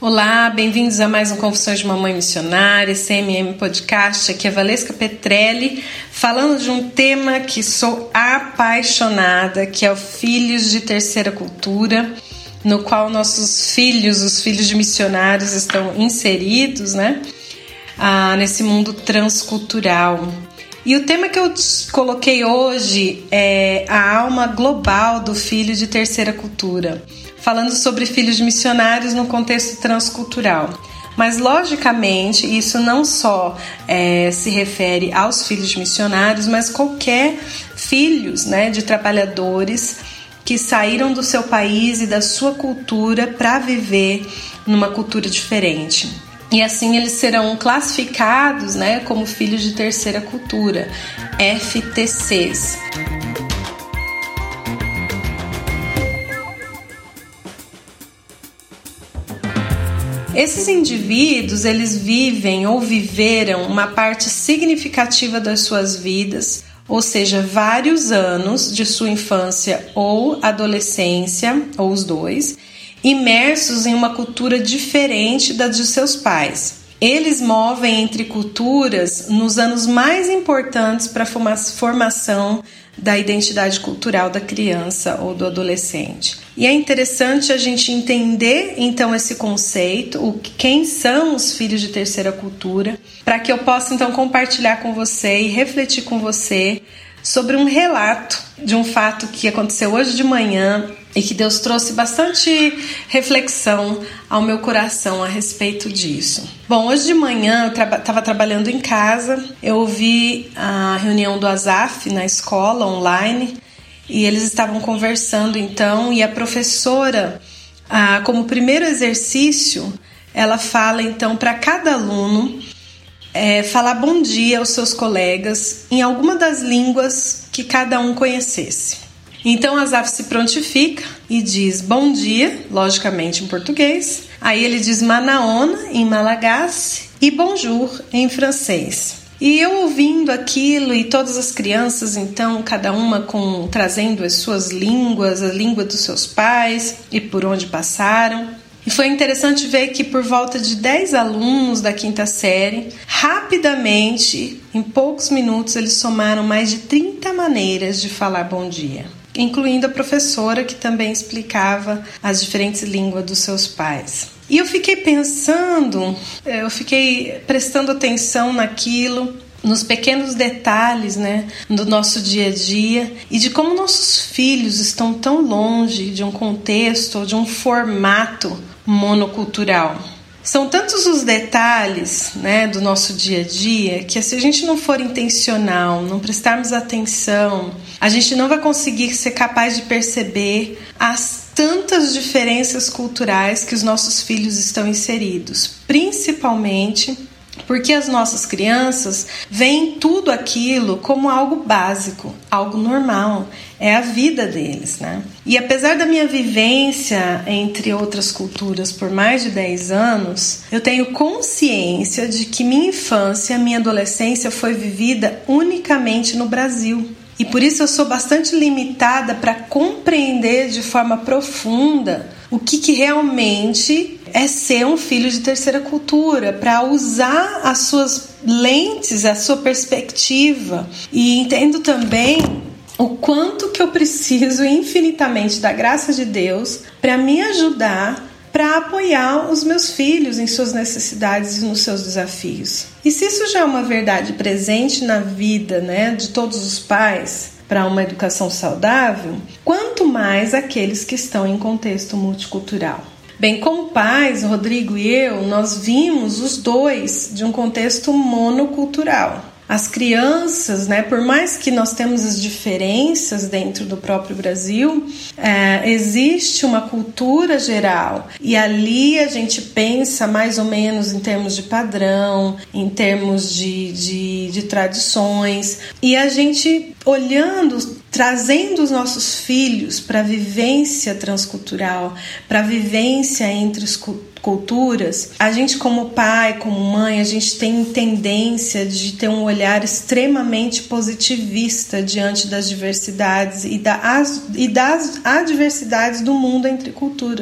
Olá, bem-vindos a mais um Confissões de Mamãe Missionária, CMM Podcast. Aqui é Valesca Petrelli, falando de um tema que sou apaixonada, que é o Filhos de Terceira Cultura, no qual nossos filhos, os filhos de missionários, estão inseridos, nesse mundo transcultural. E o tema que eu coloquei hoje é a alma global do filho de terceira cultura, falando sobre filhos de missionários no contexto transcultural. Mas, logicamente, isso não só se refere aos filhos de missionários, mas qualquer filhos, de trabalhadores que saíram do seu país e da sua cultura para viver numa cultura diferente. E assim eles serão classificados como filhos de terceira cultura, FTCs. Esses indivíduos, eles vivem ou viveram uma parte significativa das suas vidas, ou seja, vários anos de sua infância ou adolescência, ou os dois, imersos em uma cultura diferente da de seus pais. Eles movem entre culturas nos anos mais importantes para a formação da identidade cultural da criança ou do adolescente. E é interessante a gente entender, então, esse conceito, quem são os filhos de terceira cultura, para que eu possa, então, compartilhar com você e refletir com você sobre um relato de um fato que aconteceu hoje de manhã e que Deus trouxe bastante reflexão ao meu coração a respeito disso. Bom, hoje de manhã eu estava trabalhando em casa, eu ouvi a reunião do ASAF na escola online e eles estavam conversando então, e a professora, como primeiro exercício, ela fala então para cada aluno falar bom dia aos seus colegas em alguma das línguas que cada um conhecesse. Então a Zaf se prontifica e diz bom dia, logicamente em português. Aí ele diz manaona em malagasy e bonjour em francês. E eu ouvindo aquilo e todas as crianças, então, cada uma trazendo as suas línguas, a língua dos seus pais e por onde passaram. E foi interessante ver que por volta de 10 alunos da quinta série, rapidamente, em poucos minutos, eles somaram mais de 30 maneiras de falar bom dia, incluindo a professora que também explicava as diferentes línguas dos seus pais. E eu fiquei pensando, prestando atenção naquilo, nos pequenos detalhes do nosso dia a dia e de como nossos filhos estão tão longe de um contexto ou de um formato monocultural. São tantos os detalhes do nosso dia a dia que se a gente não for intencional, não prestarmos atenção, a gente não vai conseguir ser capaz de perceber as tantas diferenças culturais que os nossos filhos estão inseridos, principalmente porque as nossas crianças veem tudo aquilo como algo básico, algo normal, é a vida deles, E apesar da minha vivência entre outras culturas por mais de 10 anos, eu tenho consciência de que minha infância, minha adolescência foi vivida unicamente no Brasil. E por isso eu sou bastante limitada para compreender de forma profunda o que realmente é ser um filho de terceira cultura, para usar as suas lentes, a sua perspectiva. E entendo também o quanto que eu preciso infinitamente da graça de Deus para me ajudar, para apoiar os meus filhos em suas necessidades e nos seus desafios. E se isso já é uma verdade presente na vida de todos os pais, para uma educação saudável, quanto mais aqueles que estão em contexto multicultural. Bem, como pais, Rodrigo e eu, nós vimos os dois de um contexto monocultural. As crianças, por mais que nós temos as diferenças dentro do próprio Brasil, existe uma cultura geral e ali a gente pensa mais ou menos em termos de padrão, em termos de tradições, e a gente olhando, trazendo os nossos filhos para a vivência transcultural, para a vivência entre as culturas, a gente como pai, como mãe, a gente tem tendência de ter um olhar extremamente positivista diante das diversidades e das adversidades do mundo entre culturas.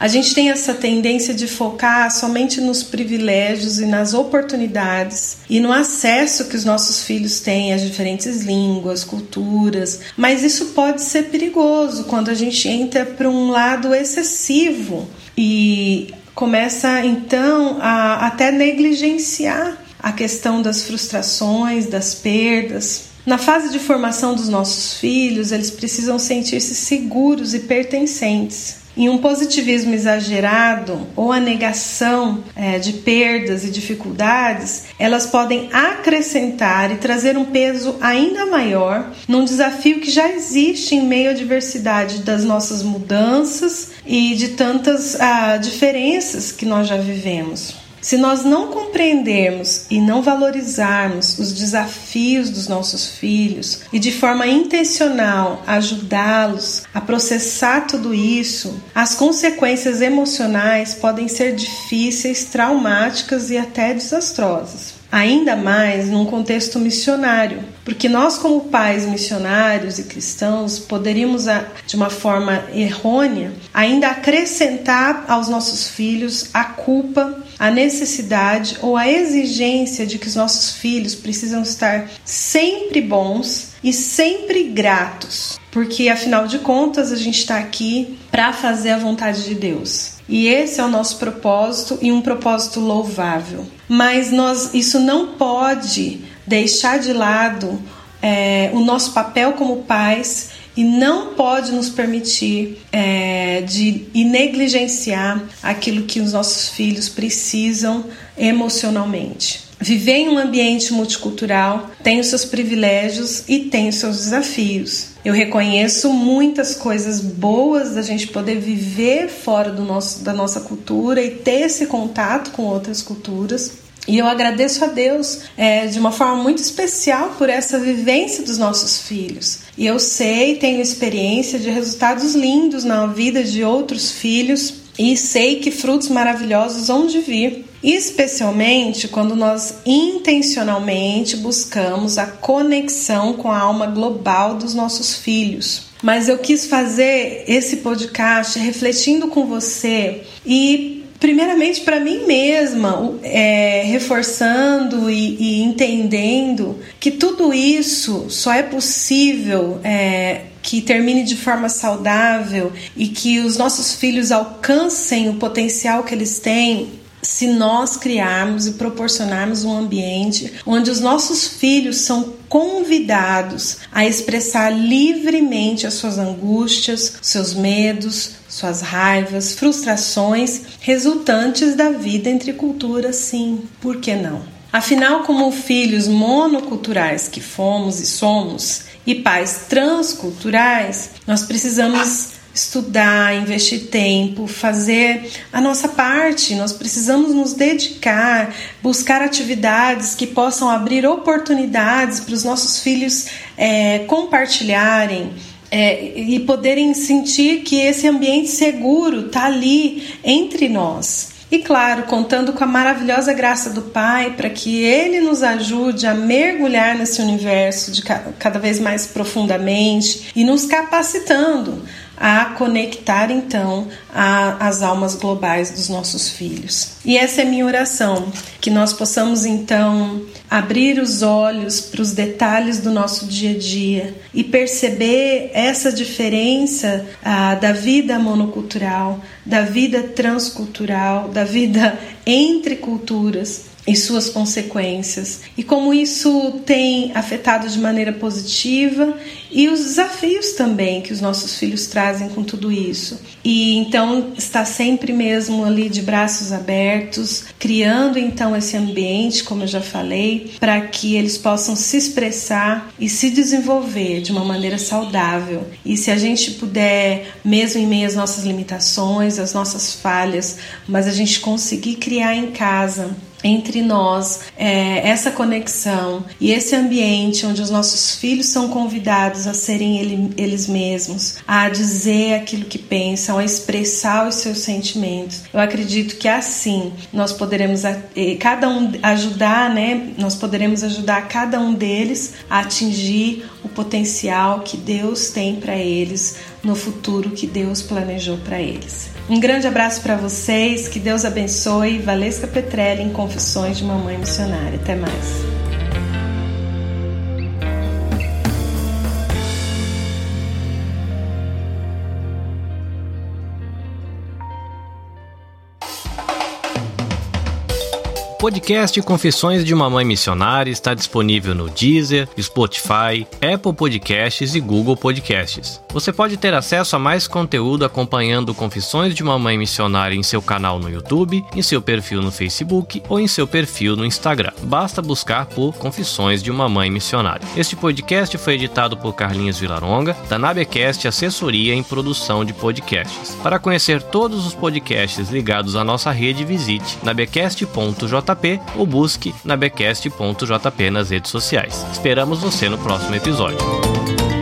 A gente tem essa tendência de focar somente nos privilégios e nas oportunidades e no acesso que os nossos filhos têm às diferentes línguas, culturas, mas isso pode ser perigoso quando a gente entra para um lado excessivo e começa então a até negligenciar a questão das frustrações, das perdas. Na fase de formação dos nossos filhos, eles precisam sentir-se seguros e pertencentes. Em um positivismo exagerado ou a negação de perdas e dificuldades, elas podem acrescentar e trazer um peso ainda maior num desafio que já existe em meio à diversidade das nossas mudanças e de tantas diferenças que nós já vivemos. Se nós não compreendermos e não valorizarmos os desafios dos nossos filhos e de forma intencional ajudá-los a processar tudo isso, as consequências emocionais podem ser difíceis, traumáticas e até desastrosas. Ainda mais num contexto missionário, porque nós como pais missionários e cristãos poderíamos, de uma forma errônea, ainda acrescentar aos nossos filhos a culpa, a necessidade ou a exigência de que os nossos filhos precisam estar sempre bons e sempre gratos, porque afinal de contas a gente está aqui para fazer a vontade de Deus. E esse é o nosso propósito e um propósito louvável. Mas isso não pode deixar de lado o nosso papel como pais e não pode nos permitir negligenciar aquilo que os nossos filhos precisam emocionalmente. Viver em um ambiente multicultural tem os seus privilégios e tem os seus desafios. Eu reconheço muitas coisas boas da gente poder viver fora da nossa cultura e ter esse contato com outras culturas. E eu agradeço a Deus de uma forma muito especial por essa vivência dos nossos filhos. E eu tenho experiência de resultados lindos na vida de outros filhos e sei que frutos maravilhosos vão de vir. Especialmente quando nós intencionalmente buscamos a conexão com a alma global dos nossos filhos. Mas eu quis fazer esse podcast refletindo com você e primeiramente para mim mesma, reforçando e entendendo que tudo isso só é possível que termine de forma saudável e que os nossos filhos alcancem o potencial que eles têm se nós criarmos e proporcionarmos um ambiente onde os nossos filhos são convidados a expressar livremente as suas angústias, seus medos, suas raivas, frustrações resultantes da vida entre culturas, sim, por que não? Afinal, como filhos monoculturais que fomos e somos, e pais transculturais, nós precisamos estudar, investir tempo, fazer a nossa parte. Nós precisamos nos dedicar, buscar atividades que possam abrir oportunidades para os nossos filhos compartilharem e poderem sentir que esse ambiente seguro está ali entre nós. E claro, contando com a maravilhosa graça do Pai para que Ele nos ajude a mergulhar nesse universo de cada vez mais profundamente e nos capacitando a conectar então as almas globais dos nossos filhos. E essa é minha oração, que nós possamos então abrir os olhos para os detalhes do nosso dia a dia e perceber essa diferença da vida monocultural, da vida transcultural, da vida entre culturas e suas consequências, e como isso tem afetado de maneira positiva e os desafios também que os nossos filhos trazem com tudo isso. E então está sempre mesmo ali de braços abertos, criando então esse ambiente, como eu já falei, para que eles possam se expressar e se desenvolver de uma maneira saudável. E se a gente puder, mesmo em meio às nossas limitações, às nossas falhas, mas a gente conseguir criar em casa, entre nós, essa conexão e esse ambiente onde os nossos filhos são convidados a serem eles mesmos, a dizer aquilo que pensam, a expressar os seus sentimentos. Eu acredito que assim nós poderemos nós poderemos ajudar cada um deles a atingir o potencial que Deus tem para eles no futuro que Deus planejou para eles. Um grande abraço para vocês, que Deus abençoe. Valesca Petrelli em Confissões de Mamãe Missionária. Até mais. O podcast Confissões de Mamãe Missionária está disponível no Deezer, Spotify, Apple Podcasts e Google Podcasts. Você pode ter acesso a mais conteúdo acompanhando Confissões de Mamãe Missionária em seu canal no YouTube, em seu perfil no Facebook ou em seu perfil no Instagram. Basta buscar por Confissões de Mamãe Missionária. Este podcast foi editado por Carlinhos Vilaronga, da Nabecast Assessoria em Produção de Podcasts. Para conhecer todos os podcasts ligados à nossa rede, visite nabecast.jp ou busque nabecast.jp nas redes sociais. Esperamos você no próximo episódio.